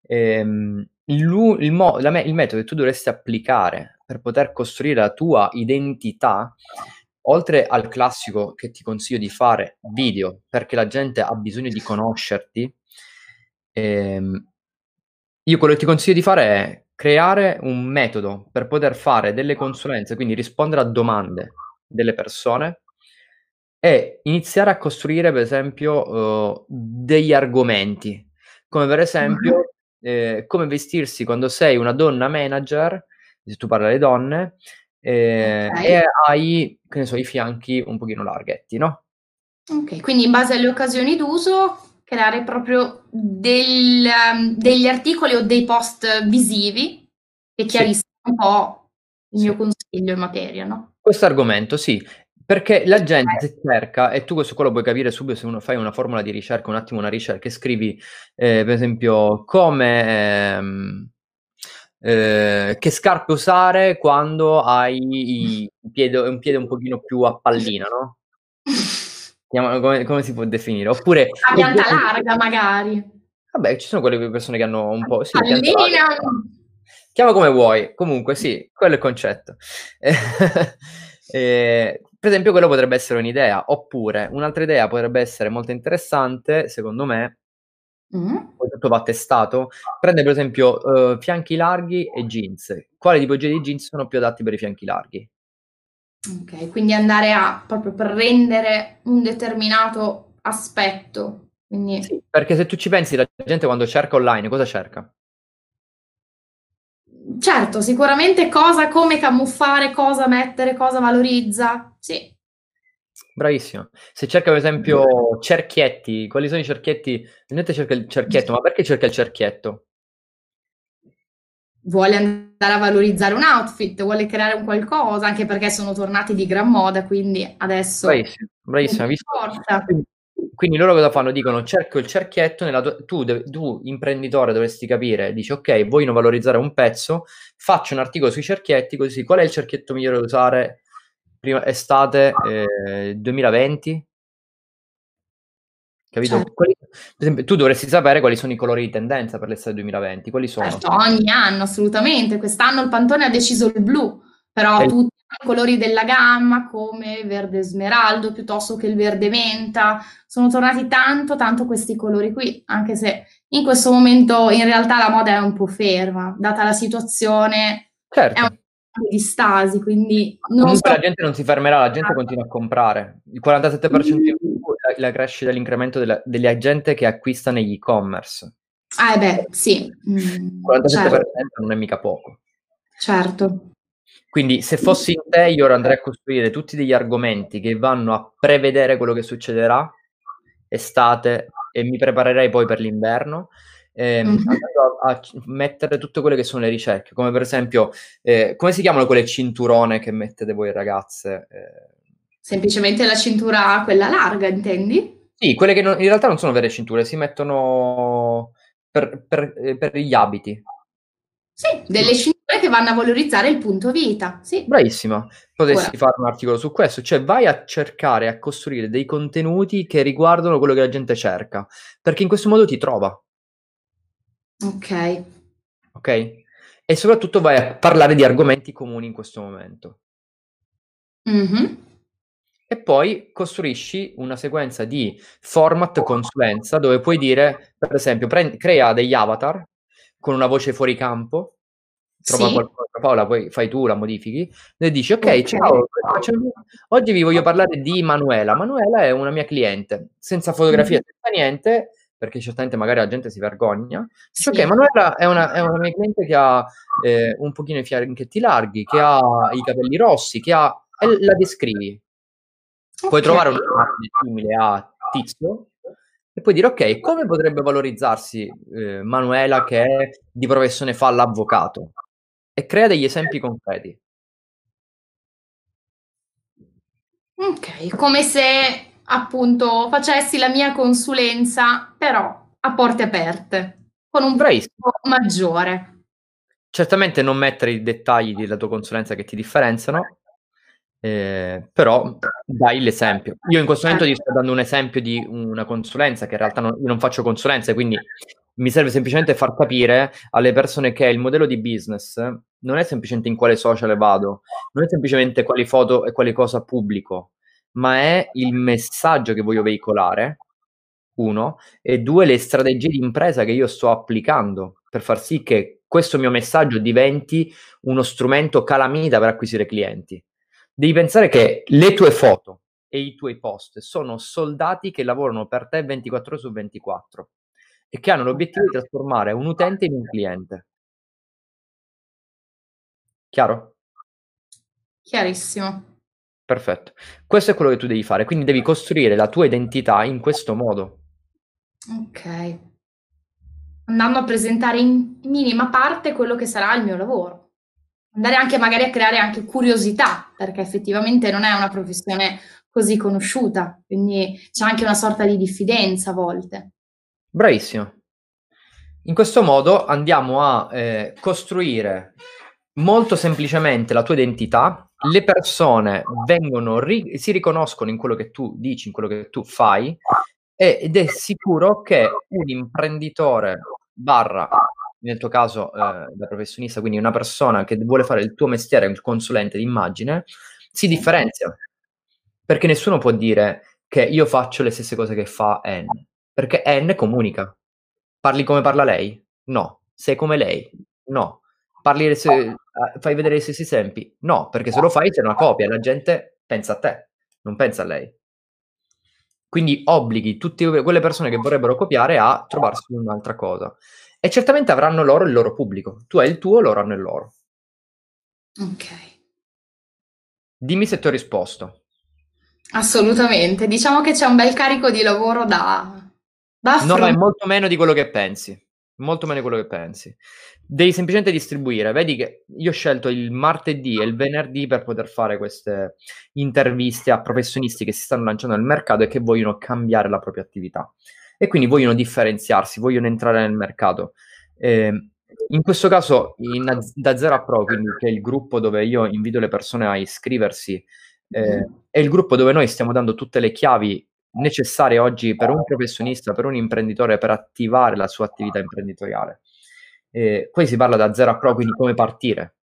il metodo che tu dovresti applicare per poter costruire la tua identità, oltre al classico che ti consiglio di fare, video, perché la gente ha bisogno di conoscerti, ehm, io quello che ti consiglio di fare è creare un metodo per poter fare delle consulenze, quindi rispondere a domande delle persone e iniziare a costruire, per esempio, degli argomenti, come per Mh-mh. esempio, come vestirsi quando sei una donna manager, se tu parli alle donne, Okay. e hai, che ne so, i fianchi un pochino larghetti, no? Okay, quindi in base alle occasioni d'uso creare proprio degli articoli o dei post visivi che Sì, chiariscano un po' il sì. mio consiglio in materia, no? Questo argomento sì, perché la gente Okay. se cerca, e tu questo qua lo puoi capire subito se uno fai una formula di ricerca, un attimo una ricerca e scrivi, per esempio, come, che scarpe usare quando hai un piede un pochino più a pallina, no? Come si può definire? Oppure A pianta larga magari. vabbè, ci sono quelle persone che hanno un po' sì, pianta larga. Pallina. Chiama come vuoi, comunque sì, quello è il concetto. Per esempio quello potrebbe essere un'idea, oppure un'altra idea potrebbe essere molto interessante, secondo me, poi tutto va testato, prende per esempio fianchi larghi e jeans. Quali tipologie di jeans sono più adatti per i fianchi larghi? Ok, quindi andare a proprio per rendere un determinato aspetto. Quindi, Sì, perché se tu ci pensi, la gente quando cerca online, cosa cerca? certo, sicuramente cosa, come camuffare, cosa mettere, cosa valorizza. Sì. Bravissimo. Se cerca per esempio cerchietti, quali sono i cerchietti? La gente cerca il cerchietto, ma perché cerca il cerchietto? Vuole andare a valorizzare un outfit, vuole creare un qualcosa, anche perché sono tornati di gran moda, quindi adesso Bravissimo, non bravissima, visto? importa. Quindi loro cosa fanno? Dicono cerco il cerchietto, tu imprenditore dovresti capire, dici ok, voglio valorizzare un pezzo, faccio un articolo sui cerchietti, così qual è il cerchietto migliore da usare prima estate 2020? Capito? Certo, Per esempio, tu dovresti sapere quali sono i colori di tendenza per l'estate 2020, quali sono? certo, ogni anno, assolutamente. Quest'anno il Pantone ha deciso il blu, però E tutti i colori della gamma, come verde smeraldo, piuttosto che il verde menta, sono tornati tanto, tanto questi colori qui, anche se in questo momento in realtà la moda è un po' ferma, data la situazione, è un certo. po' di stasi, quindi non Comunque so. la gente non si fermerà, la gente continua a comprare. Il 47% in Mm. più è la crescita, l'incremento della gente che acquista negli e-commerce. Beh, sì, Il certo, 47% non è mica poco. certo. Quindi se fossi in te, io ora andrei a costruire tutti degli argomenti che vanno a prevedere quello che succederà estate e mi preparerei poi per l'inverno, Mhm. andando a mettere tutte quelle che sono le ricerche, come per esempio, come si chiamano quelle cinturone che mettete voi ragazze? Semplicemente la cintura, quella larga, intendi? Sì, quelle che in realtà non sono vere cinture, si mettono per gli abiti. Sì, delle cinture che vanno a valorizzare il punto vita, sì. Bravissima, Ora, potresti fare un articolo su questo, cioè vai a cercare, a costruire dei contenuti che riguardano quello che la gente cerca, perché in questo modo ti trova, ok. ok? E soprattutto vai a parlare di argomenti comuni in questo momento. Mhm. E poi costruisci una sequenza di format consulenza dove puoi dire, per esempio, crea degli avatar con una voce fuori campo, trova Sì, qualcosa, Paola, poi fai tu, la modifichi, e dici, ok, ok. ciao, oggi vi voglio parlare di Manuela. Manuela è una mia cliente, senza fotografia, Mhm. senza niente, perché certamente magari la gente si vergogna. Dici, ok, Sì, Manuela è una mia cliente che ha un pochino i fianchetti larghi, che ha i capelli rossi, e la descrivi. Puoi ok. trovare un'immagine simile a Tizio e puoi dire: "Okay, come potrebbe valorizzarsi, Manuela che di professione fa l'avvocato?" E crea degli esempi concreti. Ok, come se appunto facessi la mia consulenza, però a porte aperte, con un Bravissimo. pubblico maggiore. Certamente non mettere i dettagli della tua consulenza che ti differenziano, però dai l'esempio. Io in questo momento ti Certo. sto dando un esempio di una consulenza che in realtà io non faccio consulenze, quindi mi serve semplicemente far capire alle persone che il modello di business non è semplicemente in quale social vado, non è semplicemente quali foto e quali cosa pubblico, ma è il messaggio che voglio veicolare, uno, e due, le strategie di impresa che io sto applicando per far sì che questo mio messaggio diventi uno strumento calamita per acquisire clienti. Devi pensare che le tue foto e i tuoi post sono soldati che lavorano per te 24 ore su 24 e che hanno l'obiettivo di trasformare un utente in un cliente. Chiaro? Chiarissimo. Perfetto. Questo è quello che tu devi fare, quindi devi costruire la tua identità in questo modo. Ok. Andando a presentare in minima parte quello che sarà il mio lavoro. Andare anche magari a creare anche curiosità, perché effettivamente non è una professione così conosciuta, quindi c'è anche una sorta di diffidenza a volte. Bravissimo. In questo modo andiamo a costruire molto semplicemente la tua identità, le persone si riconoscono in quello che tu dici, in quello che tu fai, ed è sicuro che un imprenditore barra, nel tuo caso da professionista, quindi una persona che vuole fare il tuo mestiere, il consulente d'immagine, si Sì. differenzia. Perché nessuno può dire che io faccio le stesse cose che fa N, perché N comunica. Parli come parla lei? No. Sei come lei? No. Fai vedere i stessi esempi? No, perché se lo fai sei una copia e la gente pensa a te, non pensa a lei. Quindi obblighi tutte quelle persone che vorrebbero copiare a trovarsi un'altra cosa. E certamente avranno loro il loro pubblico. Tu hai il tuo, loro hanno il loro. Ok. Dimmi se ti ho risposto. Assolutamente. Diciamo che c'è un bel carico di lavoro da No, ma è affrontare. molto meno di quello che pensi. Molto meno di quello che pensi. Devi semplicemente distribuire. Vedi che io ho scelto il martedì e il venerdì per poter fare queste interviste a professionisti che si stanno lanciando nel mercato e che vogliono cambiare la propria attività. E quindi vogliono differenziarsi, vogliono entrare nel mercato. In questo caso, da Zero a Pro, quindi che è il gruppo dove io invito le persone a iscriversi, è il gruppo dove noi stiamo dando tutte le chiavi necessarie oggi per un professionista, per un imprenditore, per attivare la sua attività imprenditoriale. Qui si parla da Zero a Pro, quindi come partire.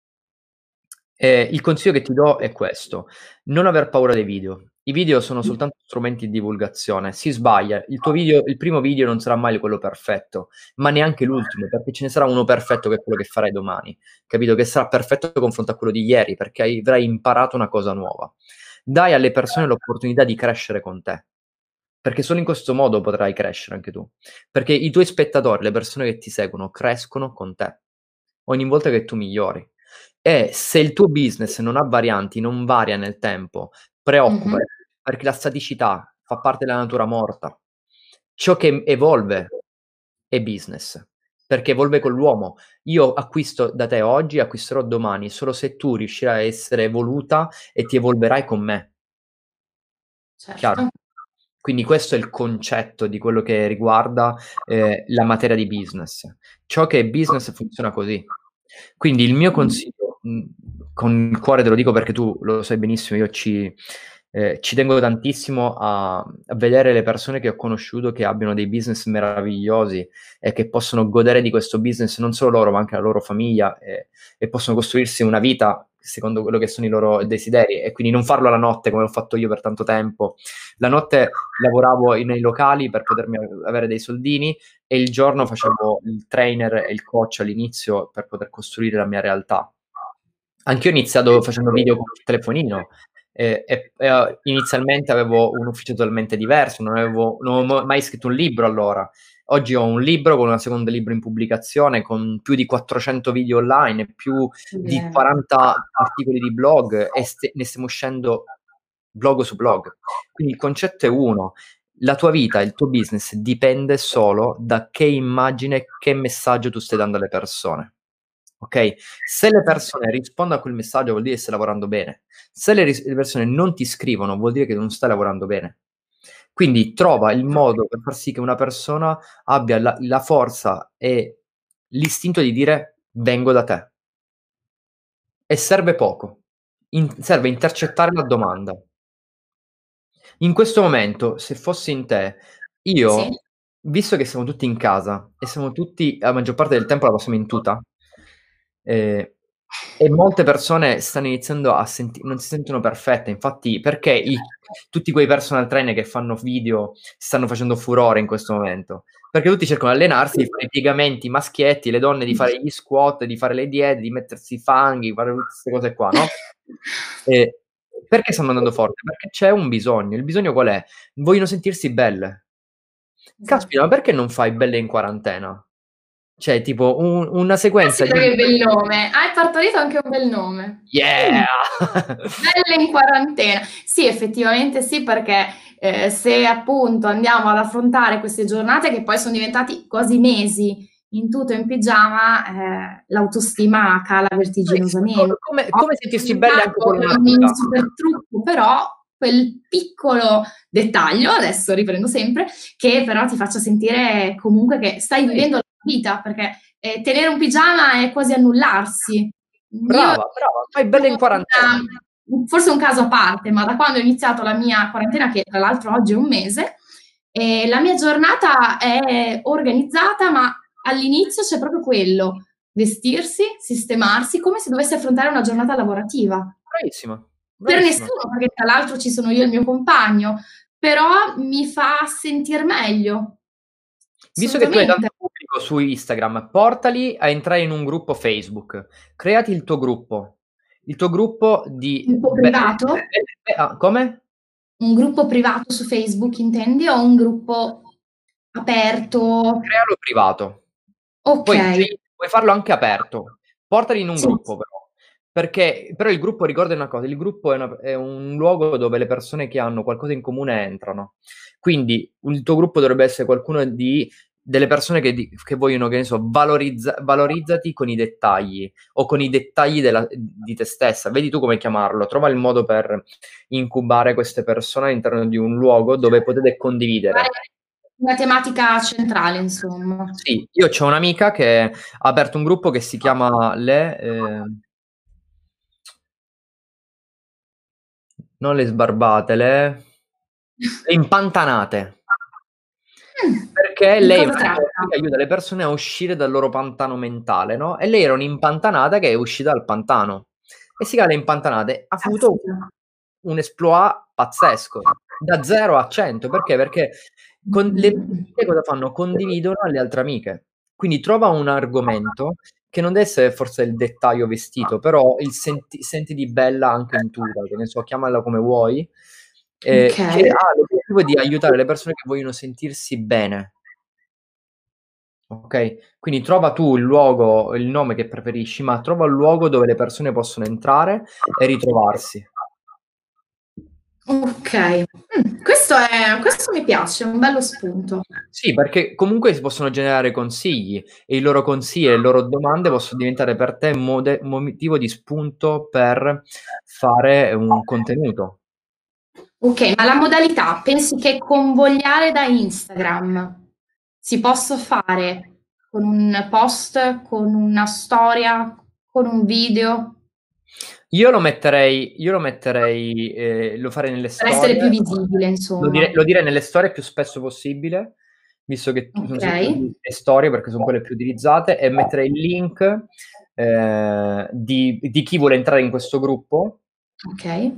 Il consiglio che ti do è questo: non aver paura dei video. I video sono soltanto strumenti di divulgazione. Si sbaglia. Il primo video non sarà mai quello perfetto, ma neanche l'ultimo, perché ce ne sarà uno perfetto che è quello che farai domani. Capito? Che sarà perfetto confronto a quello di ieri, perché avrai imparato una cosa nuova. Dai alle persone l'opportunità di crescere con te, perché solo in questo modo potrai crescere anche tu. Perché i tuoi spettatori, le persone che ti seguono, crescono con te ogni volta che tu migliori. E se il tuo business non ha varianti, non varia nel tempo, preoccupati, perché la staticità fa parte della natura morta. Ciò che evolve è business, perché evolve con l'uomo. Io acquisto da te oggi, acquisterò domani, solo se tu riuscirai a essere evoluta e ti evolverai con me. Chiaro? Certo. Quindi questo è il concetto di quello che riguarda la materia di business. Ciò che è business funziona così. Quindi il mio consiglio, con il cuore te lo dico perché tu lo sai benissimo, io ci tengo tantissimo a vedere le persone che ho conosciuto che abbiano dei business meravigliosi e che possono godere di questo business, non solo loro, ma anche la loro famiglia, e possono costruirsi una vita secondo quello che sono i loro desideri, e quindi non farlo la notte come ho fatto io per tanto tempo. La notte lavoravo nei locali per potermi avere dei soldini e il giorno facevo il trainer e il coach all'inizio per poter costruire la mia realtà. Anch'io ho iniziato facendo video con il telefonino e inizialmente avevo un ufficio totalmente diverso, non avevo mai scritto un libro allora. Oggi ho un libro con un secondo libro in pubblicazione, con più di 400 video online, più di 40 articoli di blog e ne stiamo uscendo blog su blog. Quindi il concetto è uno: la tua vita, il tuo business dipende solo da che immagine, che messaggio tu stai dando alle persone. Ok? Se le persone rispondono a quel messaggio vuol dire che stai lavorando bene. Se le persone non ti scrivono vuol dire che non stai lavorando bene. Quindi trova il modo per far sì che una persona abbia la forza e l'istinto di dire vengo da te. E serve poco. Serve intercettare la domanda. In questo momento, se fossi in te, Sì. io, visto che siamo tutti in casa e siamo tutti, la maggior parte del tempo la passiamo in tuta, e molte persone stanno iniziando non si sentono perfette. Infatti, perché tutti quei personal trainer che fanno video stanno facendo furore in questo momento? Perché tutti cercano di allenarsi, di fare i piegamenti maschietti, le donne di fare gli squat, di fare le diete, di mettersi i fanghi, fare tutte queste cose qua, no? E perché stanno andando forte? Perché c'è un bisogno. Il bisogno qual è? Vogliono sentirsi belle. Caspita, ma perché non fai Belle in quarantena? Cioè, tipo una sequenza Caspita di... che bel nome. Hai partorito anche un bel nome. Yeah! Belle in quarantena. Sì, effettivamente sì, perché se appunto andiamo ad affrontare queste giornate che poi sono diventati quasi mesi in tutto in pigiama, l'autostima cala vertiginosamente. Come sentirsi belle anche con una Un tuta? super trucco, però quel piccolo dettaglio, adesso riprendo sempre, che però ti faccia sentire comunque che stai vivendo la vita, perché tenere un pigiama è quasi annullarsi. Io Brava, fai Belle in quarantena. forse un caso a parte, ma da quando ho iniziato la mia quarantena, che tra l'altro oggi è un mese, la mia giornata è organizzata, ma all'inizio c'è proprio quello: vestirsi, sistemarsi, come se dovessi affrontare una giornata lavorativa. Bravissima, Per bravissima. nessuno, perché tra l'altro ci sono io e il mio compagno, però mi fa sentir meglio. Visto che tu hai tanto Assolutamente. pubblico su Instagram, portali a entrare in un gruppo Facebook, creati il tuo gruppo di... Gruppo privato? Come? Un gruppo privato su Facebook intendi o un gruppo aperto? Crealo privato. Ok. Poi puoi farlo anche aperto, portali in un Sì. gruppo però il gruppo, ricorda una cosa, il gruppo è un luogo dove le persone che hanno qualcosa in comune entrano, quindi il tuo gruppo dovrebbe essere qualcuno delle persone che vogliono, che ne so, valorizzati con i dettagli o con i dettagli di te stessa, vedi tu come chiamarlo, trova il modo per incubare queste persone all'interno di un luogo dove potete condividere. Una tematica centrale, insomma. Sì, io c'ho un'amica che ha aperto un gruppo che si chiama non le sbarbate, le impantanate. Perché Di lei è cosa una tratta? coach che aiuta le persone a uscire dal loro pantano mentale, no? E lei era un'impantanata che è uscita dal pantano. E si chiama le impantanate. Ha avuto Caspita. un exploit pazzesco, da 0 a 100. Perché? Perché le amiche cosa fanno? Condividono alle altre amiche. Quindi trova un argomento che non deve essere forse il dettaglio vestito, però il sentiti bella anche in tuta, che ne so, chiamala come vuoi, Ok. che ha l'obiettivo di aiutare le persone che vogliono sentirsi bene. Ok? Quindi trova tu il luogo, il nome che preferisci, ma trova il luogo dove le persone possono entrare e ritrovarsi. Ok. Questo mi piace, è un bello spunto. Sì, perché comunque si possono generare consigli e i loro consigli e le loro domande possono diventare per te motivo di spunto per fare un contenuto. Ok, ma la modalità, pensi che convogliare da Instagram si possa fare con un post, con una storia, con un video, Io lo metterei, lo farei nelle per essere più storie, visibile, insomma. lo direi nelle storie il più spesso possibile, visto che sono Ok, sempre le storie perché sono quelle più utilizzate, e metterei il link di chi vuole entrare in questo gruppo, ok.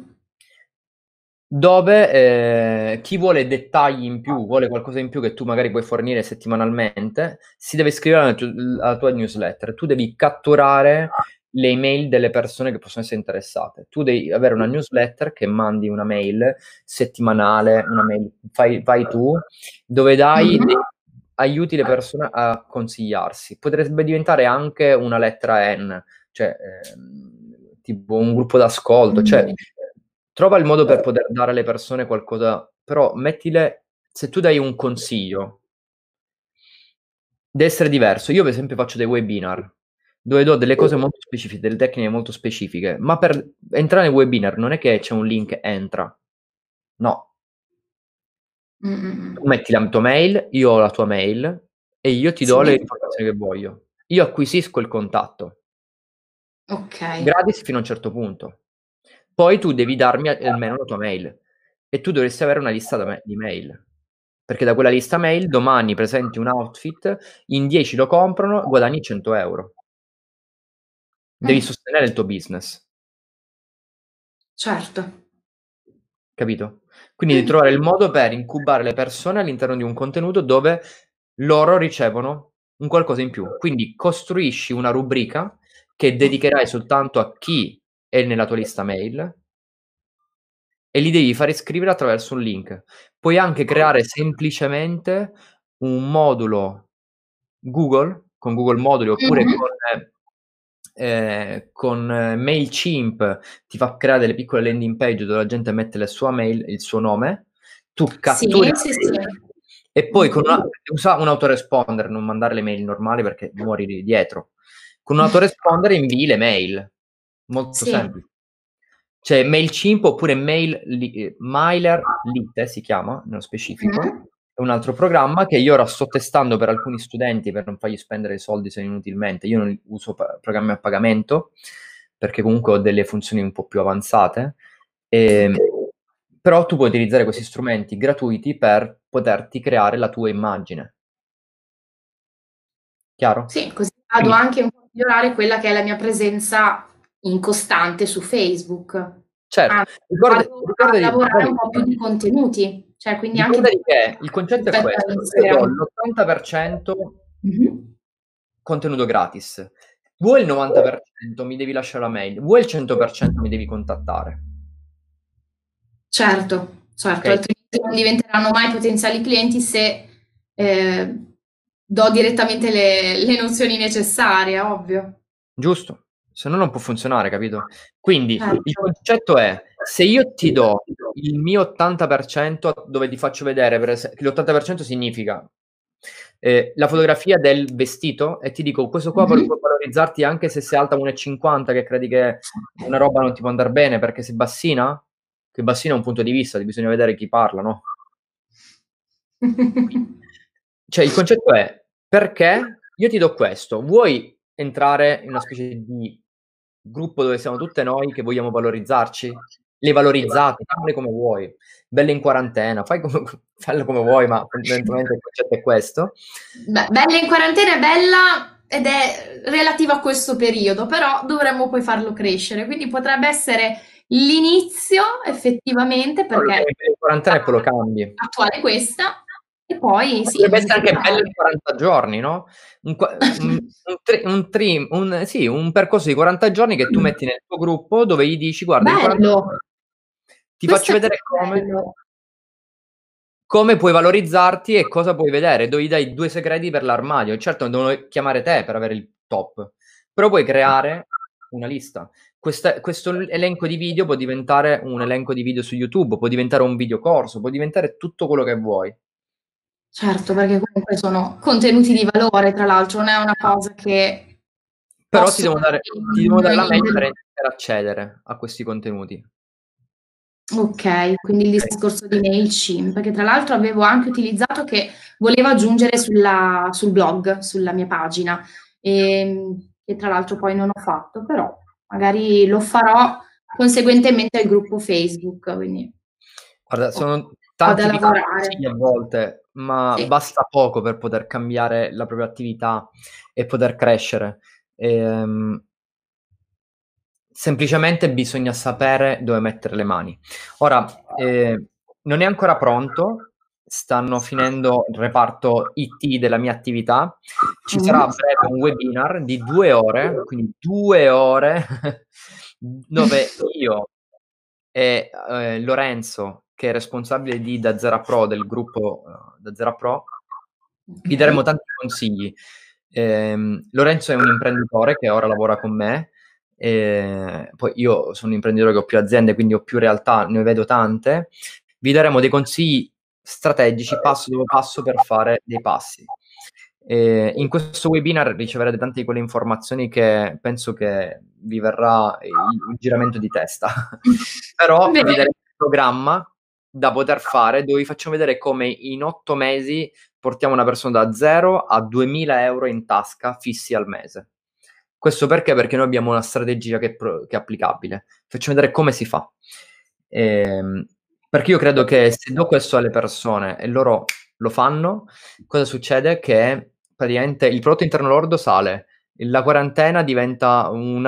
dove chi vuole dettagli in più, vuole qualcosa in più che tu magari puoi fornire settimanalmente, si deve iscrivere alla tua newsletter. Tu devi catturare le email delle persone che possono essere interessate. Tu devi avere una newsletter che mandi una mail settimanale, una mail, vai tu, dove aiuti le persone a consigliarsi. Potrebbe diventare anche una lettera N, cioè tipo un gruppo d'ascolto, cioè trova il modo per poter dare alle persone qualcosa, però mettile, se tu dai un consiglio, deve essere diverso. Io per esempio faccio dei webinar dove do delle cose molto specifiche, delle tecniche molto specifiche, ma per entrare nel webinar non è che c'è un link entra, no. Tu metti la tua mail, io ho la tua mail e io ti do le Sì, informazioni che voglio. Io acquisisco il contatto, ok. gratis fino a un certo punto. Poi tu devi darmi almeno la tua mail e tu dovresti avere una lista di mail, perché da quella lista mail domani presenti un outfit, in 10 lo comprano, guadagni 100 euro. Devi sostenere il tuo business, Certo. capito? Quindi devi trovare il modo per incubare le persone all'interno di un contenuto dove loro ricevono un qualcosa in più. Quindi costruisci una rubrica che dedicherai soltanto a chi è nella tua lista mail e li devi fare iscrivere attraverso un link. Puoi anche creare semplicemente un modulo Google, con Google Moduli, oppure con Mailchimp ti fa creare delle piccole landing page dove la gente mette la sua mail, il suo nome, tu Sì, catturi la sì, sì. mail e poi usa un autoresponder, non mandare le mail normali perché muori lì dietro. Con un autoresponder invii le mail, molto Sì. semplice. C'è Mailchimp oppure MailerLite si chiama, nello specifico. È un altro programma che io ora sto testando per alcuni studenti per non fargli spendere i soldi se inutilmente. Io non uso programmi a pagamento perché comunque ho delle funzioni un po' più avanzate. Però tu puoi utilizzare questi strumenti gratuiti per poterti creare la tua immagine. Chiaro? Sì, così vado Quindi, anche a migliorare quella che è la mia presenza in costante su Facebook. certo, Anzi, vado a ricordati, lavorare un po' più di contenuti, cioè quindi anche ricordati che il concetto è rispetto a questo: io do Instagram. l'80% Mhm. contenuto gratis. Vuoi il 90%, mi devi lasciare la mail. Vuoi il 100%, mi devi contattare. Certo, certo, Ok? altrimenti non diventeranno mai potenziali clienti se do direttamente le nozioni necessarie, ovvio. Giusto? Se no non può funzionare, capito? Quindi il Certo. concetto è, se io ti do il mio 80% dove ti faccio vedere, l'80% significa la fotografia del vestito e ti dico, questo qua può Mhm. valorizzarti anche se sei alta 1,50 che credi che una roba non ti può andare bene perché sei bassina? Che bassina è un punto di vista, bisogna vedere chi parla, no? Cioè, il concetto è, perché io ti do questo, vuoi entrare in una specie di gruppo dove siamo tutte noi che vogliamo valorizzarci? Le valorizzate, chiamale come vuoi, belle in quarantena, fallo come vuoi, ma fondamentalmente il concetto è questo. Beh, Bella in quarantena è bella ed è relativa a questo periodo, però dovremmo poi farlo crescere, quindi potrebbe essere l'inizio effettivamente, Però lo perché chiami belle in quarantena e poi lo cambi. attuale è questa, e poi sì, Potrebbe essere anche bello sviluppare. in 40 giorni, no? Sì, un percorso di 40 giorni che tu metti nel tuo gruppo dove gli dici, guarda, in 40 Bello, giorni ti questo faccio è vedere bello. come puoi valorizzarti e cosa puoi vedere. Dove gli dai 2 segreti per l'armadio. Certo, non devono chiamare te per avere il top, però puoi creare una lista. Questo elenco di video può diventare un elenco di video su YouTube, può diventare un videocorso, può diventare tutto quello che vuoi. Certo, perché comunque sono contenuti di valore, tra l'altro, non è una cosa che Però posso ti devono dare la mail in per accedere a questi contenuti. Okay, quindi il Okay. discorso di MailChimp, che tra l'altro avevo anche utilizzato, che volevo aggiungere sul blog, sulla mia pagina, che tra l'altro poi non ho fatto, però magari lo farò conseguentemente al gruppo Facebook, quindi Guarda, ho sono ho da tanti piccoli lavorare. consigli a volte, ma Sì. basta poco per poter cambiare la propria attività e poter crescere. Ehm, Semplicemente bisogna sapere dove mettere le mani. Ora, non è ancora pronto, stanno finendo il reparto IT della mia attività. Ci sarà a Mh-mh. breve un webinar di 2 ore, quindi 2 ore, dove io e, Lorenzo, che è responsabile di Da0 Pro, del gruppo, Da0 Pro, vi daremo Okay. tanti consigli. Lorenzo è un imprenditore che ora lavora con me, poi io sono un imprenditore che ho più aziende, quindi ho più realtà, ne vedo tante. Vi daremo dei consigli strategici passo dopo passo per fare dei passi. In questo webinar riceverete tante di quelle informazioni che penso che vi verrà il giramento di testa. Però vi Bene. daremo un programma da poter fare dove vi facciamo vedere come in 8 mesi portiamo una persona da 0 a 2000 euro in tasca fissi al mese. Questo perché? Perché noi abbiamo una strategia che è applicabile. Facciamo vedere come si fa. Perché io credo che se do questo alle persone e loro lo fanno, cosa succede? Che praticamente il prodotto interno lordo sale, la quarantena diventa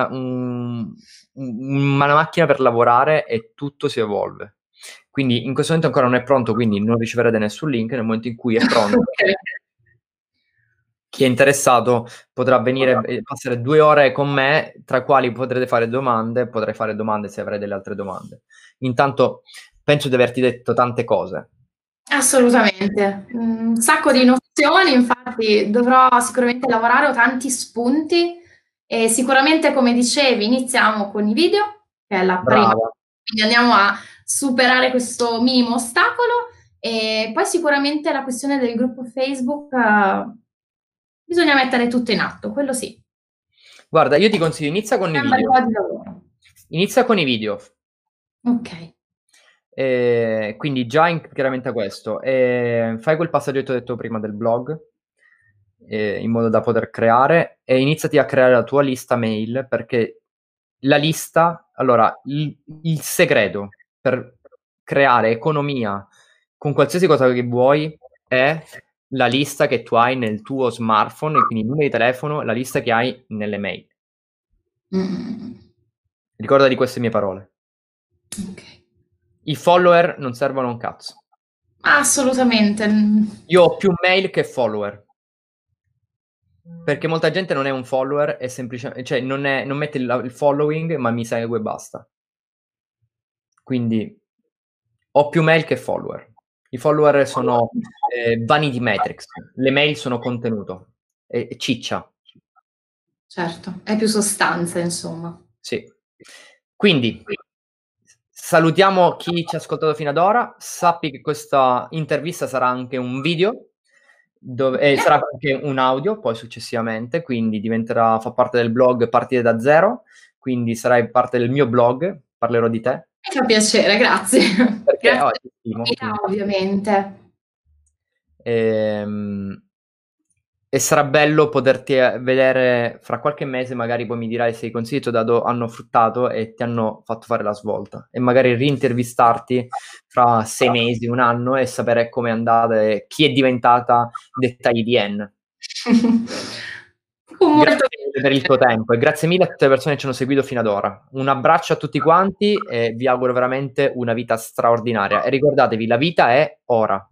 una macchina per lavorare e tutto si evolve. Quindi in questo momento ancora non è pronto, quindi non riceverete nessun link. Nel momento in cui è pronto, Okay. chi è interessato potrà venire e passare 2 ore con me, tra quali potrete fare domande, potrei fare domande se avrei delle altre domande. Intanto penso di averti detto tante cose. Assolutamente. Un sacco di nozioni, infatti dovrò sicuramente lavorare, ho tanti spunti e sicuramente, come dicevi, iniziamo con i video, che è la prima, Brava. quindi andiamo a superare questo minimo ostacolo, e poi sicuramente la questione del gruppo Facebook, bisogna mettere tutto in atto, quello sì. Guarda, io ti consiglio, inizia con i È un bel video. po' di lavoro. Inizia con i video. Okay. Quindi già chiaramente questo. Fai quel passaggio che ti ho detto prima del blog, in modo da poter creare, e iniziati a creare la tua lista mail, perché la lista, allora, il segreto per creare economia con qualsiasi cosa che vuoi è la lista che tu hai nel tuo smartphone, e quindi il numero di telefono, la lista che hai nelle mail. Mh. Ricorda di queste mie parole. Okay. I follower non servono a un cazzo. Assolutamente. Io ho più mail che follower. Perché molta gente non è un follower, è semplicemente, cioè non mette il following, ma mi segue e basta. Quindi ho più mail che follower. I follower sono vanity metrics, le mail sono contenuto, e ciccia. Certo, è più sostanza, insomma. Sì. Quindi salutiamo chi ci ha ascoltato fino ad ora. Sappi che questa intervista sarà anche un video, sarà anche un audio poi successivamente, quindi fa parte del blog Partire da Zero, quindi sarai parte del mio blog, parlerò di te. Mi fa piacere, grazie. Perché Grazie ti stimo, per l'opportunità, ovviamente. E sarà bello poterti vedere fra qualche mese, magari poi mi dirai se i consigli che ti ho dato hanno fruttato e ti hanno fatto fare la svolta, e magari rintervistarti fra 6 mesi, un anno, e sapere come è andata e chi è diventata Dettagli di N. Con molto Grazie mille per il tuo tempo e grazie mille a tutte le persone che ci hanno seguito fino ad ora. Un abbraccio a tutti quanti e vi auguro veramente una vita straordinaria. E ricordatevi, la vita è ora.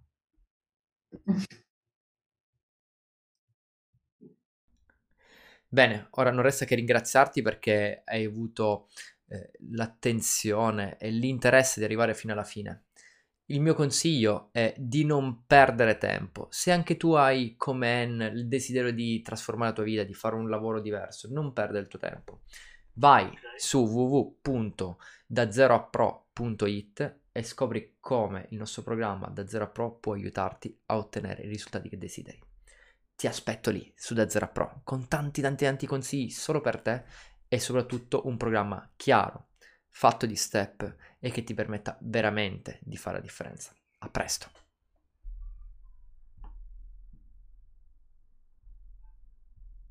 Bene, ora non resta che ringraziarti perché hai avuto l'attenzione e l'interesse di arrivare fino alla fine. Il mio consiglio è di non perdere tempo. Se anche tu hai come Anne il desiderio di trasformare la tua vita, di fare un lavoro diverso, non perdere il tuo tempo. Vai su www.dazeroapro.it e scopri come il nostro programma Da Zero a Pro può aiutarti a ottenere i risultati che desideri. Ti aspetto lì su Da Zero a Pro con tanti consigli solo per te e soprattutto un programma chiaro, fatto di step e che ti permetta veramente di fare la differenza. A presto!